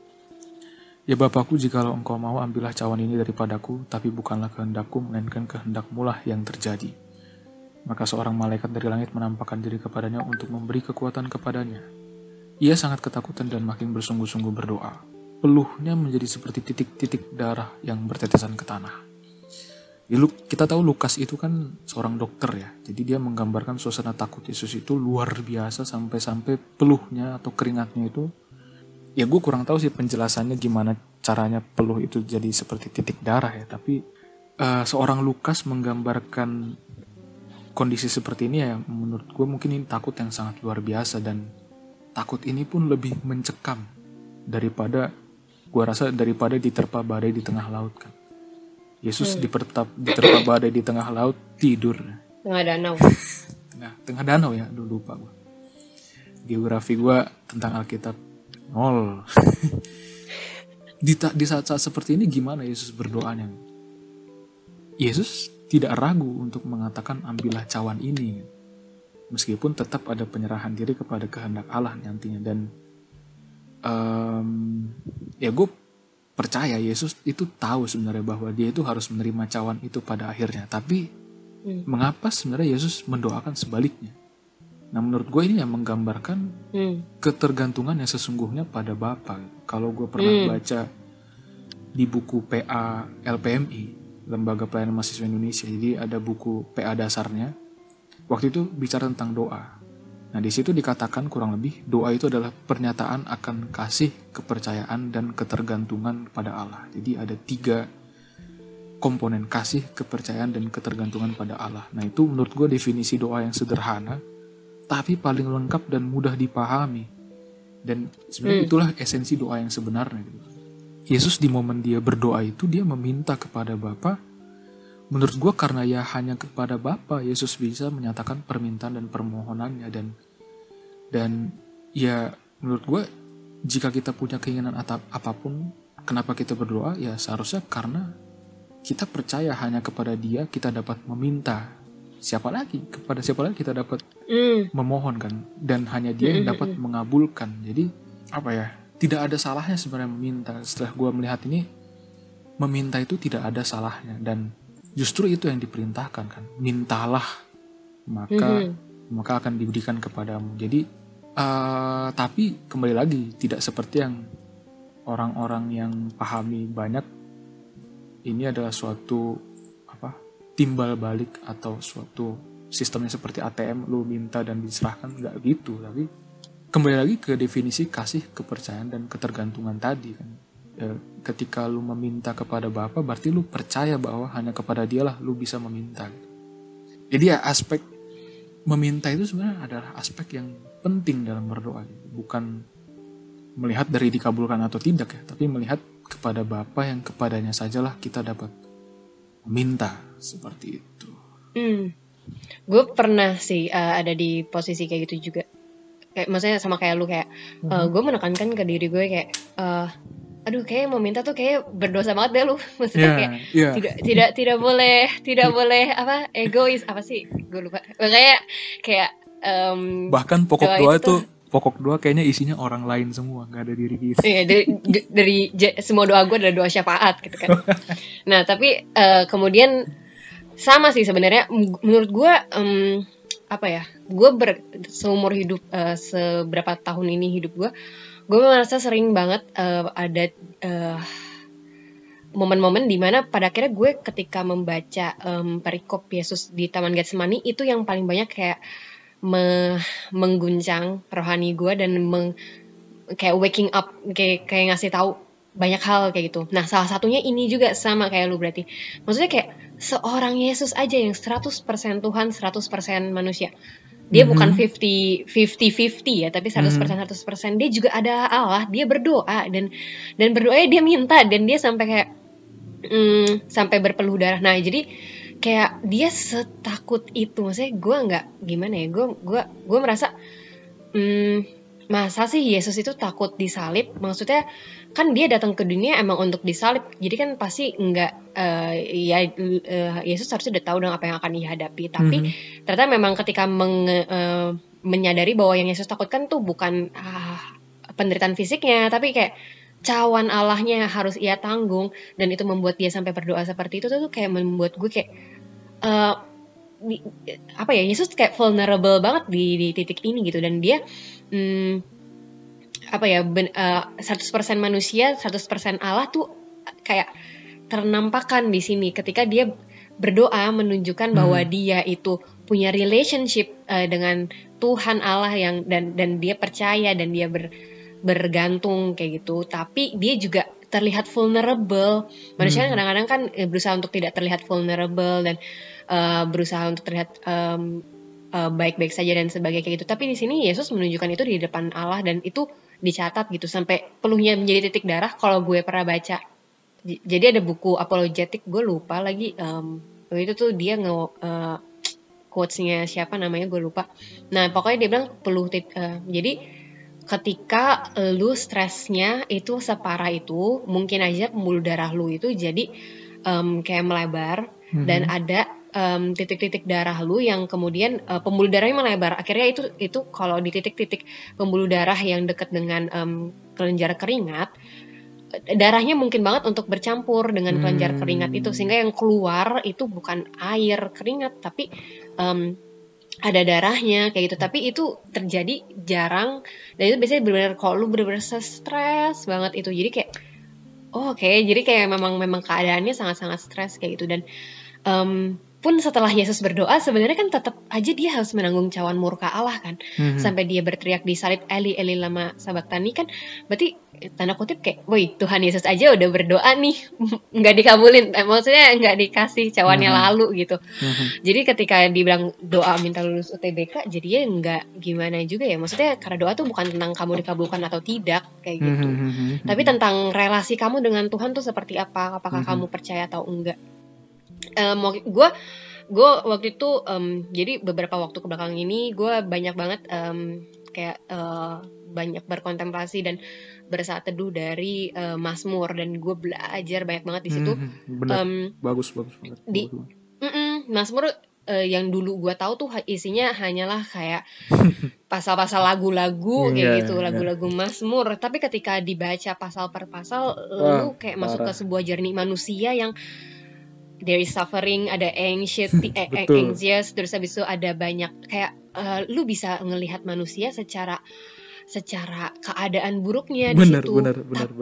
ya Bapakku, jikalau engkau mau, ambillah cawan ini daripadaku, tapi bukanlah kehendakku, melainkan kehendakmu lah yang terjadi. Maka seorang malaikat dari langit menampakkan diri kepadanya untuk memberi kekuatan kepadanya. Ia sangat ketakutan dan makin bersungguh-sungguh berdoa. Peluhnya menjadi seperti titik-titik darah yang bertetesan ke tanah. Kita tahu Lukas itu kan seorang dokter ya, jadi dia menggambarkan suasana takut Yesus itu luar biasa sampai-sampai peluhnya atau keringatnya itu. Ya gue kurang tahu sih penjelasannya gimana caranya peluh itu jadi seperti titik darah ya. Tapi seorang Lukas menggambarkan kondisi seperti ini ya menurut gue mungkin ini takut yang sangat luar biasa. Dan takut ini pun lebih mencekam daripada diterpa badai di tengah laut kan. Yesus diterpa badai di tengah laut tidur. Tengah danau. Tengah danau ya, lupa gue. Geografi gue tentang Alkitab nol. Di saat-saat seperti ini gimana Yesus berdoanya? Yesus tidak ragu untuk mengatakan ambillah cawan ini, meskipun tetap ada penyerahan diri kepada kehendak Allah nantinya. Dan ya gue percaya Yesus itu tahu sebenarnya bahwa dia itu harus menerima cawan itu pada akhirnya. Tapi mengapa sebenarnya Yesus mendoakan sebaliknya? Nah menurut gue ini yang menggambarkan ketergantungan yang sesungguhnya pada Bapa. Kalau gue pernah baca di buku PA LPMI, Lembaga Pelayanan Mahasiswa Indonesia, jadi ada buku PA dasarnya, waktu itu bicara tentang doa. Nah di situ dikatakan kurang lebih doa itu adalah pernyataan akan kasih, kepercayaan, dan ketergantungan pada Allah. Jadi ada 3 komponen: kasih, kepercayaan, dan ketergantungan pada Allah. Nah itu menurut gue definisi doa yang sederhana, tapi paling lengkap dan mudah dipahami. Dan sebenarnya itulah esensi doa yang sebenarnya. Yesus di momen dia berdoa itu, dia meminta kepada Bapa. Menurut gue karena ya hanya kepada Bapa Yesus bisa menyatakan permintaan dan permohonannya. Dan ya menurut gue jika kita punya keinginan apapun, kenapa kita berdoa? Ya seharusnya karena kita percaya hanya kepada Dia kita dapat meminta. Kepada siapa lagi kita dapat memohon kan, dan hanya Dia yang dapat mengabulkan. Jadi apa ya, tidak ada salahnya sebenarnya meminta. Setelah gue melihat ini, meminta itu tidak ada salahnya, dan justru itu yang diperintahkan kan, mintalah maka akan diberikan kepadamu. Jadi tapi kembali lagi tidak seperti yang orang-orang yang pahami banyak ini adalah suatu timbal balik atau suatu sistemnya seperti ATM, lu minta dan diserahkan, nggak gitu. Tapi kembali lagi ke definisi kasih, kepercayaan, dan ketergantungan tadi kan. Ketika lu meminta kepada Bapa, berarti lu percaya bahwa hanya kepada Dialah lu bisa meminta. Jadi ya aspek meminta itu sebenarnya adalah aspek yang penting dalam berdoa. Bukan melihat dari dikabulkan atau tidak ya, tapi melihat kepada Bapa yang kepadanya sajalah kita dapat meminta seperti itu. Gue pernah sih ada di posisi kayak gitu juga. maksudnya sama kayak lu kayak gue menekankan ke diri gue kayak aduh kayak mau minta tuh kayak berdosa banget deh lu. Maksudnya kayak tidak boleh apa egois apa sih gue lupa. Makanya kayak bahkan pokok doa kayaknya isinya orang lain semua, nggak ada diri kita. Iya, dari semua doa gue adalah doa syafaat gitu kan. Nah tapi kemudian sama sih sebenarnya menurut gue apa ya, gue seumur hidup seberapa tahun ini hidup gue merasa sering banget ada momen-momen dimana pada akhirnya gue ketika membaca perikop Yesus di Taman Getsemani itu yang paling banyak kayak mengguncang rohani gue dan kayak waking up, kayak ngasih tahu banyak hal kayak gitu. Nah salah satunya ini juga sama kayak lu berarti. Maksudnya kayak seorang Yesus aja yang 100% Tuhan, 100% manusia. Dia bukan 50-50 ya, tapi 100% dia juga ada Allah, dia berdoa dan berdoanya dia minta dan dia sampai kayak sampai berpeluh darah. Nah, jadi kayak dia setakut itu. Maksudnya gue nggak gimana ya, gue merasa masa sih Yesus itu takut disalib? Maksudnya kan dia datang ke dunia emang untuk disalib, jadi kan pasti nggak Yesus harusnya udah tahu dong apa yang akan dihadapi. Tapi ternyata memang ketika menyadari bahwa yang Yesus takutkan tuh bukan penderitaan fisiknya, tapi kayak cawan Allahnya harus ia tanggung, dan itu membuat dia sampai berdoa seperti itu tuh kayak membuat gue kayak apa ya, Yesus kayak vulnerable banget di titik ini gitu, dan dia apa ya 100% manusia 100% Allah tuh kayak ternampakkan di sini ketika dia berdoa menunjukkan bahwa dia itu punya relationship dengan Tuhan Allah yang dan dia percaya dan dia bergantung kayak gitu, tapi dia juga terlihat vulnerable. Manusia kadang-kadang kan berusaha untuk tidak terlihat vulnerable dan berusaha untuk terlihat baik-baik saja dan sebagainya kayak gitu. Tapi di sini Yesus menunjukkan itu di depan Allah dan itu dicatat gitu sampai peluhnya menjadi titik darah. Kalau gue pernah baca, jadi ada buku apologetik, gue lupa lagi itu tuh dia quotes-nya siapa namanya gue lupa. Nah pokoknya dia bilang jadi ketika lu stresnya itu separah itu, mungkin aja pembuluh darah lu itu jadi kayak melebar dan ada titik-titik darah lu yang kemudian pembuluh darahnya melebar. Akhirnya itu kalau di titik-titik pembuluh darah yang dekat dengan kelenjar keringat, darahnya mungkin banget untuk bercampur dengan kelenjar keringat itu, sehingga yang keluar itu bukan air keringat tapi ada darahnya kayak gitu. Tapi itu terjadi jarang, dan itu biasanya benar-benar kalau lu benar-benar stres banget itu. Jadi kayak jadi kayak memang keadaannya sangat-sangat stres kayak gitu. Dan pun setelah Yesus berdoa sebenarnya kan tetap aja dia harus menanggung cawan murka Allah kan, sampai dia berteriak di salib Eli Eli lama sabachthani kan, berarti tanda kutip kayak, woi Tuhan Yesus aja udah berdoa nih nggak dikabulin, maksudnya nggak dikasih cawannya lalu gitu. Jadi ketika dibilang doa minta lulus UTBK, jadinya nggak gimana juga ya, maksudnya karena doa tuh bukan tentang kamu dikabulkan atau tidak kayak gitu, tapi tentang relasi kamu dengan Tuhan tuh seperti apa, apakah kamu percaya atau enggak. Gue waktu itu jadi beberapa waktu kebelakang ini gue banyak banget kayak banyak berkontemplasi dan bersaat teduh dari Mazmur, dan gue belajar banyak banget di situ. Bagus banget. Mazmur yang dulu gue tahu tuh isinya hanyalah kayak pasal-pasal lagu-lagu kayak gitu, lagu-lagu Mazmur. Tapi ketika dibaca pasal per pasal, lu kayak masuk ke sebuah journey manusia yang there is suffering, ada anxious, terus habis itu ada banyak kayak lu bisa ngelihat manusia secara keadaan buruknya di situ. Benar.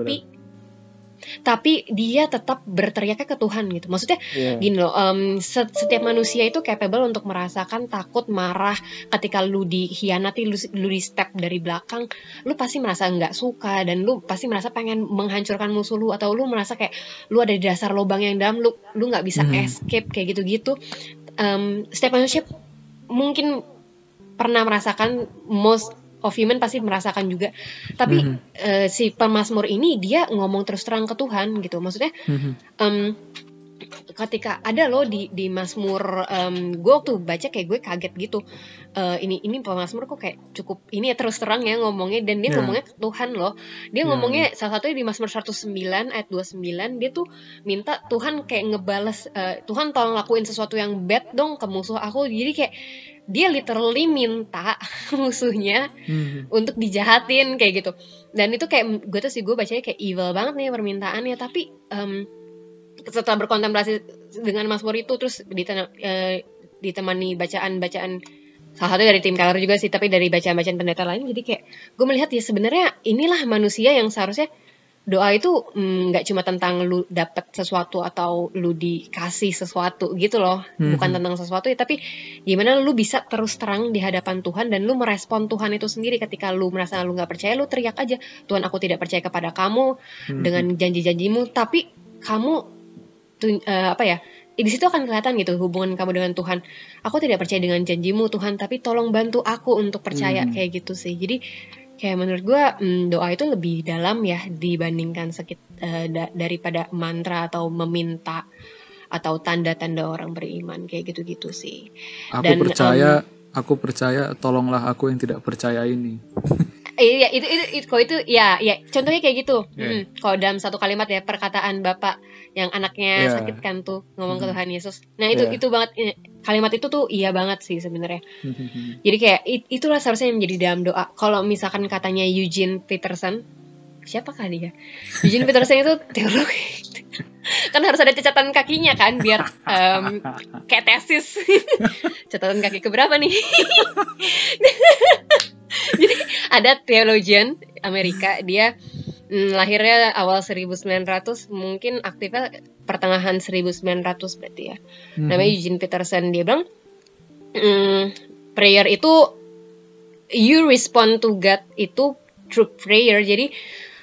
Tapi dia tetap berteriaknya ke Tuhan gitu. Maksudnya gini loh, setiap manusia itu capable untuk merasakan takut, marah ketika lu dikhianati, lu di step dari belakang, lu pasti merasa nggak suka dan lu pasti merasa pengen menghancurkan musuh lu, atau lu merasa kayak lu ada di dasar lubang yang dalam, lu nggak bisa escape kayak gitu-gitu. Setiap manusia mungkin pernah merasakan, most of human pasti merasakan juga. Tapi si pemazmur ini dia ngomong terus terang ke Tuhan gitu. Maksudnya ketika ada loh di Mazmur, gue waktu baca kayak gue kaget gitu. Ini pemazmur kok kayak cukup ini ya, terus terang ya ngomongnya, dan dia ngomongnya ke Tuhan loh. Dia ngomongnya salah satunya di Mazmur 109 ayat 29, dia tuh minta Tuhan kayak ngebales, Tuhan tolong lakuin sesuatu yang bad dong ke musuh aku. Jadi kayak dia literally minta musuhnya untuk dijahatin kayak gitu. Dan itu kayak gue bacanya kayak evil banget nih permintaannya. Tapi setelah berkontemplasi dengan Mazmur itu, terus ditemani bacaan-bacaan salah satu dari tim Keller juga sih, tapi dari bacaan-bacaan pendeta lain, jadi kayak gue melihat ya sebenarnya inilah manusia yang seharusnya doa itu nggak cuma tentang lu dapet sesuatu atau lu dikasih sesuatu gitu loh, bukan tentang sesuatu ya, tapi gimana lu bisa terus terang di hadapan Tuhan dan lu merespon Tuhan itu sendiri. Ketika lu merasa lu nggak percaya, lu teriak aja, Tuhan aku tidak percaya kepada kamu dengan janji-janjimu, tapi kamu di situ akan kelihatan gitu hubungan kamu dengan Tuhan. Aku tidak percaya dengan janjimu Tuhan, tapi tolong bantu aku untuk percaya, kayak gitu sih. Jadi kayak menurut gue doa itu lebih dalam ya dibandingkan daripada mantra atau meminta atau tanda-tanda orang beriman kayak gitu-gitu sih. Aku percaya, tolonglah aku yang tidak percaya ini. Iya, itu ya contohnya kayak gitu. Kalau dalam satu kalimat ya, perkataan Bapak yang anaknya sakit kan tuh ngomong ke Tuhan Yesus. Nah itu banget, kalimat itu tuh iya banget sih sebenarnya. Jadi kayak itulah seharusnya yang menjadi dalam doa. Kalau misalkan katanya Eugene Peterson, siapakah dia? Eugene Peterson itu teolog. Kan harus ada catatan kakinya kan biar kayak tesis. Catatan kaki keberapa nih? Jadi ada theologian Amerika, dia lahirnya awal 1900, mungkin aktifnya pertengahan 1900 berarti ya. Namanya Eugene Peterson. Dia bilang prayer itu you respond to God itu through prayer. Jadi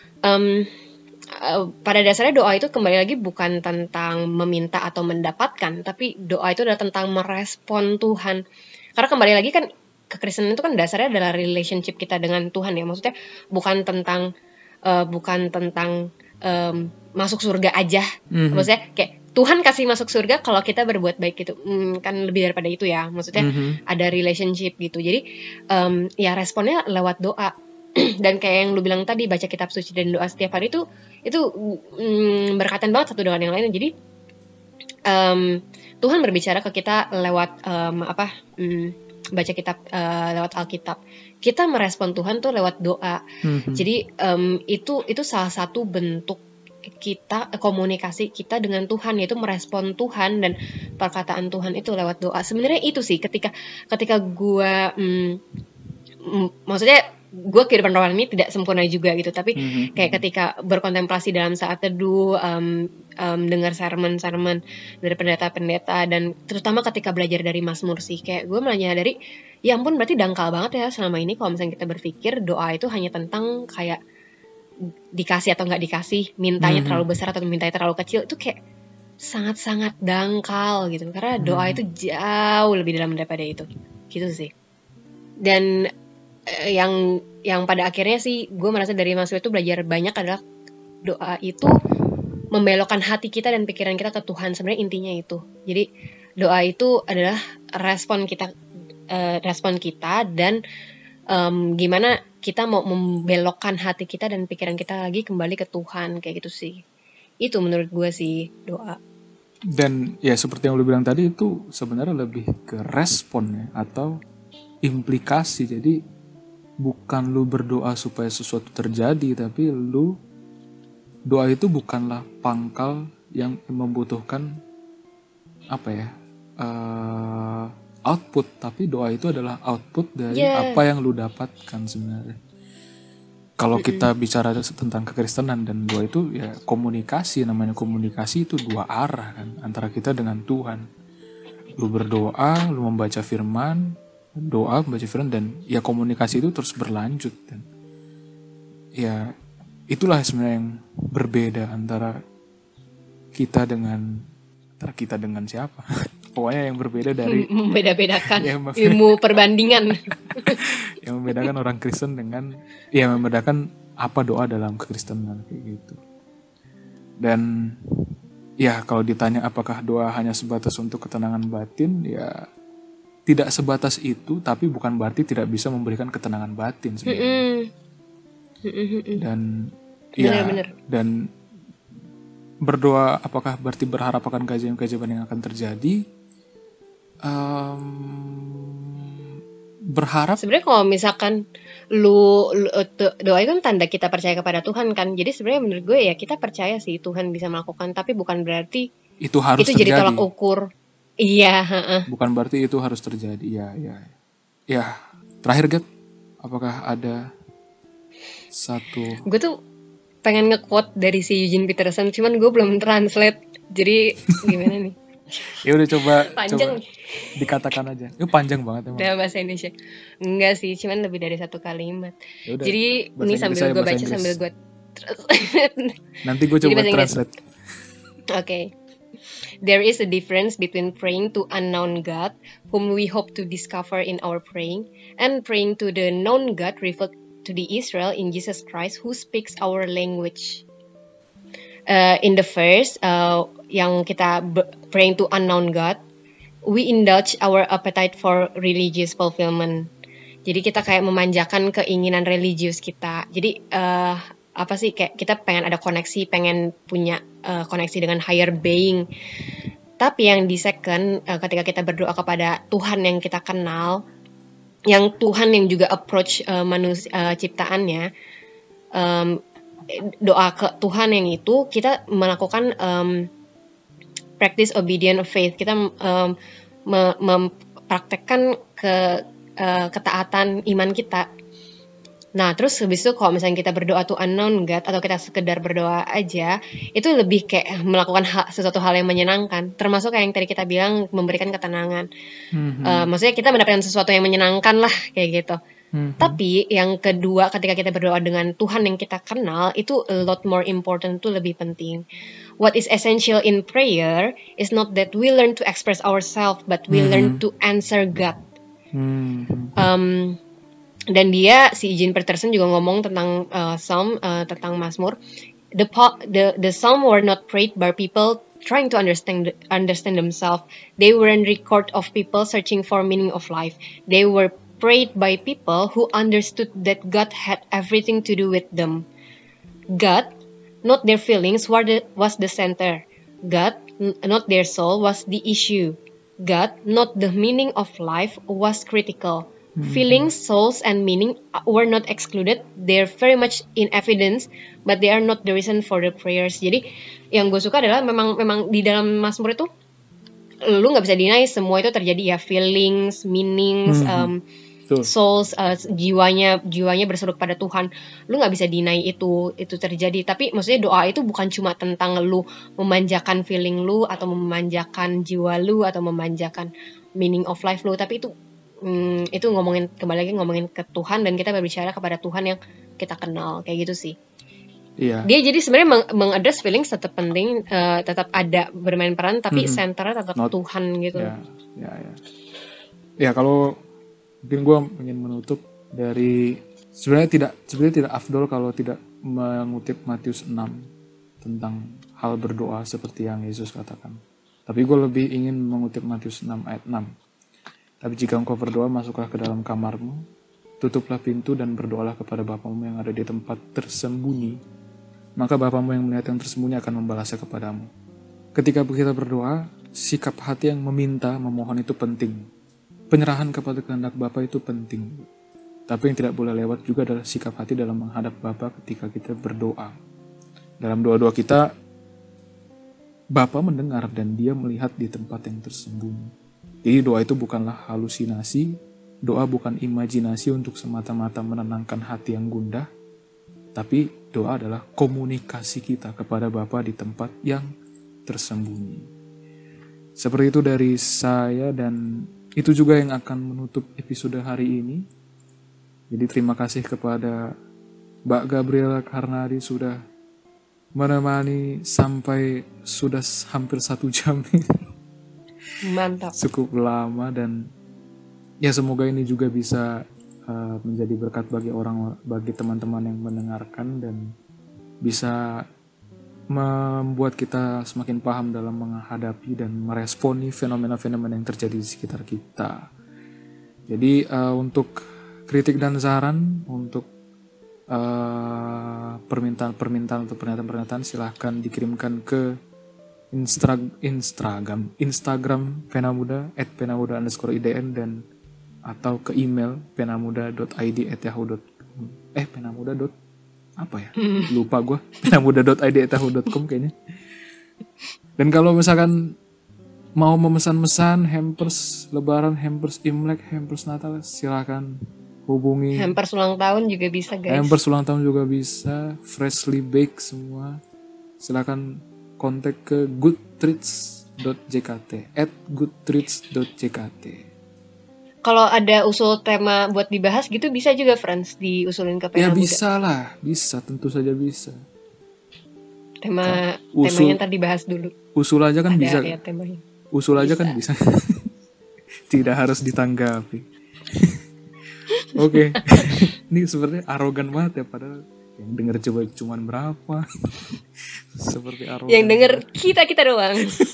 pada dasarnya doa itu kembali lagi bukan tentang meminta atau mendapatkan, tapi doa itu adalah tentang merespon Tuhan. Karena kembali lagi kan kekristenan itu kan dasarnya adalah relationship kita dengan Tuhan ya. Maksudnya bukan tentang masuk surga aja. Maksudnya kayak Tuhan kasih masuk surga kalau kita berbuat baik gitu. Kan lebih daripada itu ya. Maksudnya ada relationship gitu. Jadi ya responnya lewat doa. Dan kayak yang lu bilang tadi, baca kitab suci dan doa setiap hari itu berkaitan banget satu dengan yang lain. Jadi Tuhan berbicara ke kita lewat baca kitab lewat Alkitab. Kita merespon Tuhan tuh lewat doa. Jadi itu salah satu bentuk kita komunikasi kita dengan Tuhan, yaitu merespon Tuhan dan perkataan Tuhan itu lewat doa. Sebenarnya itu sih ketika gue maksudnya gue kehidupan rohani ini tidak sempurna juga gitu, tapi kayak ketika berkontemplasi dalam saat teduh, dengar sermon dari pendeta-pendeta, dan terutama ketika belajar dari Mazmur sih, kayak gue menyadari ya ampun, berarti dangkal banget ya selama ini kalau misalnya kita berpikir doa itu hanya tentang kayak dikasih atau nggak dikasih, mintanya terlalu besar atau mintanya terlalu kecil. Itu kayak sangat-sangat dangkal gitu, karena doa itu jauh lebih dalam daripada itu gitu sih. Dan yang pada akhirnya sih gue merasa dari Mazmur itu belajar banyak adalah doa itu membelokkan hati kita dan pikiran kita ke Tuhan. Sebenarnya intinya itu. Jadi doa itu adalah respon kita dan gimana kita mau membelokkan hati kita dan pikiran kita lagi kembali ke Tuhan, kayak gitu sih. Itu menurut gue sih doa. Dan ya seperti yang lu bilang tadi, itu sebenarnya lebih ke respon ya, atau implikasi. Jadi bukan lu berdoa supaya sesuatu terjadi, tapi doa itu bukanlah pangkal yang membutuhkan output, tapi doa itu adalah output dari apa yang lu dapatkan sebenarnya. Kalau kita bicara tentang kekristenan dan doa itu ya komunikasi, namanya komunikasi itu dua arah kan, antara kita dengan Tuhan. Lu berdoa, lu membaca firman, dan ya komunikasi itu terus berlanjut. Dan ya itulah sebenarnya yang berbeda antara kita dengan siapa. Pokoknya yang berbeda dari membeda-bedakan ilmu perbandingan. Yang membedakan orang Kristen dengan membedakan apa doa dalam kekristenan kayak gitu. Dan Ya, kalau ditanya apakah doa hanya sebatas untuk ketenangan batin, ya tidak sebatas itu, tapi bukan berarti tidak bisa memberikan ketenangan batin sebenarnya. Dan Benar-benar. dan berdoa apakah berarti berharap akan keajaiban-keajaiban yang akan terjadi? Berharap. Sebenarnya kalau misalkan doa itu kan tanda kita percaya kepada Tuhan kan. Jadi sebenarnya menurut gue ya kita percaya sih Tuhan bisa melakukan, tapi bukan berarti itu harus itu terjadi. jadi tolak ukur. Iya. Bukan berarti itu harus terjadi. Ya. Terakhir Gat, apakah ada satu? Gue tuh pengen nge-quote dari si Eugene Peterson, cuman gue belum translate. Jadi gimana nih? Ya udah coba Panjang. Dikatakan aja. Itu panjang banget emang. Dalam bahasa Indonesia. Enggak sih, cuman lebih dari satu kalimat. Yaudah, jadi bahasa ini Inggris sambil aja, gue bahasa baca Inggris. sambil gue translate. Nanti gue Jadi coba bahasa Inggris. translate. Okay. There is a difference between praying to unknown God, whom we hope to discover in our praying, and praying to the known God revealed to the Israel in Jesus Christ, who speaks our language. In the verse yang kita praying to unknown God, we indulge our appetite for religious fulfillment. Jadi kita kayak memanjakan keinginan religius kita. Jadi apa sih, kayak kita pengen ada koneksi, pengen punya koneksi dengan higher being. Tapi yang di second, ketika kita berdoa kepada Tuhan yang kita kenal, yang Tuhan yang juga approach manusia ciptaannya, doa ke Tuhan yang itu kita melakukan practice obedient faith. Kita mempraktekkan ketaatan iman kita. Nah, terus habis itu kalau misalnya kita berdoa to unknown God atau kita sekedar berdoa aja, itu lebih kayak melakukan sesuatu hal yang menyenangkan. Termasuk kayak yang tadi kita bilang, memberikan ketenangan. Maksudnya kita mendapatkan sesuatu yang menyenangkan lah, kayak gitu. Tapi yang kedua, ketika kita berdoa dengan Tuhan yang kita kenal, itu a lot more important, itu lebih penting. What is essential in prayer is not that we learn to express ourselves, but we learn to answer God. Dan dia, si Eugene Peterson juga ngomong tentang Psalm, tentang Mazmur. The Psalm were not prayed by people trying to understand themselves. They weren't record of people searching for meaning of life. They were prayed by people who understood that God had everything to do with them. God, not their feelings, was the center. God, not their soul, was the issue. God, not the meaning of life, was critical. Feelings, souls, and meaning were not excluded. They're very much in evidence, but they are not the reason for the prayers. Jadi, yang gue suka adalah memang di dalam Mazmur itu, lu nggak bisa deny semua itu terjadi ya, feelings, meanings, souls, jiwanya berseruk pada Tuhan. Lu nggak bisa deny itu terjadi. Tapi maksudnya doa itu bukan cuma tentang lu memanjakan feeling lu atau memanjakan jiwa lu atau memanjakan meaning of life lu, tapi itu kembali lagi ngomongin ke Tuhan, dan kita berbicara kepada Tuhan yang kita kenal, kayak gitu sih. Iya. Dia jadi sebenarnya mengadres feelings tetap penting, tetap ada bermain peran, tapi senternya tetap Tuhan gitu. Ya, kalau mungkin gue ingin menutup dari sebenarnya tidak afdol kalau tidak mengutip Matius 6 tentang hal berdoa seperti yang Yesus katakan. Tapi gue lebih ingin mengutip Matius 6 ayat 6. Tapi jika engkau berdoa, masuklah ke dalam kamarmu, tutuplah pintu dan berdoalah kepada Bapamu yang ada di tempat tersembunyi. Maka Bapamu yang melihat yang tersembunyi akan membalasnya kepadamu. Ketika kita berdoa, sikap hati yang meminta, memohon itu penting. Penyerahan kepada kehendak Bapa itu penting. Tapi yang tidak boleh lewat juga adalah sikap hati dalam menghadap Bapa ketika kita berdoa. Dalam doa-doa kita, Bapa mendengar dan Dia melihat di tempat yang tersembunyi. Jadi doa itu bukanlah halusinasi, doa bukan imajinasi untuk semata-mata menenangkan hati yang gundah, tapi doa adalah komunikasi kita kepada Bapa di tempat yang tersembunyi. Seperti itu dari saya, dan itu juga yang akan menutup episode hari ini. Jadi terima kasih kepada Mbak Gabriela Karnadi sudah menemani sampai sudah hampir 1 jam ini. Mantap. Cukup lama, dan ya semoga ini juga bisa menjadi berkat bagi teman-teman yang mendengarkan, dan bisa membuat kita semakin paham dalam menghadapi dan meresponi fenomena-fenomena yang terjadi di sekitar kita. Jadi untuk kritik dan saran, untuk permintaan atau pernyataan silahkan dikirimkan ke Instagram Penamuda @penamuda_idn dan atau ke email penamuda.id@yahoo.com. Penamuda. Apa ya? Lupa gue. penamuda.id@yahoo.com kayaknya. Dan kalau misalkan mau memesan hampers Lebaran, hampers Imlek, hampers Natal, silakan hubungi. Hampers ulang tahun juga bisa, guys. Hampers ulang tahun juga bisa, freshly baked semua. Silakan kontak ke goodtreats.jkt @goodtreats.jkt. Kalau ada usul tema buat dibahas gitu bisa juga, friends, diusulin ke Ya Penamuda. bisa lah, bisa, tentu saja bisa. Temanya ntar dibahas dulu. Usul aja kan Ada bisa. ya temanya. Usul aja Bisa. kan bisa. Tidak harus ditanggapi. Oke. Ini sepertinya arogan banget ya, padahal yang denger coba cuman berapa. Seperti arogan. Yang denger kita doang.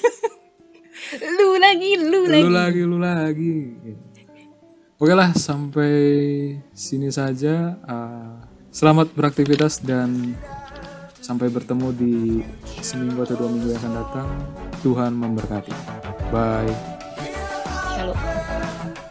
Lu lagi. Oke lah, sampai sini saja. Selamat beraktivitas dan sampai bertemu di seminggu atau 2 minggu yang akan datang. Tuhan memberkati. Bye. Shalom.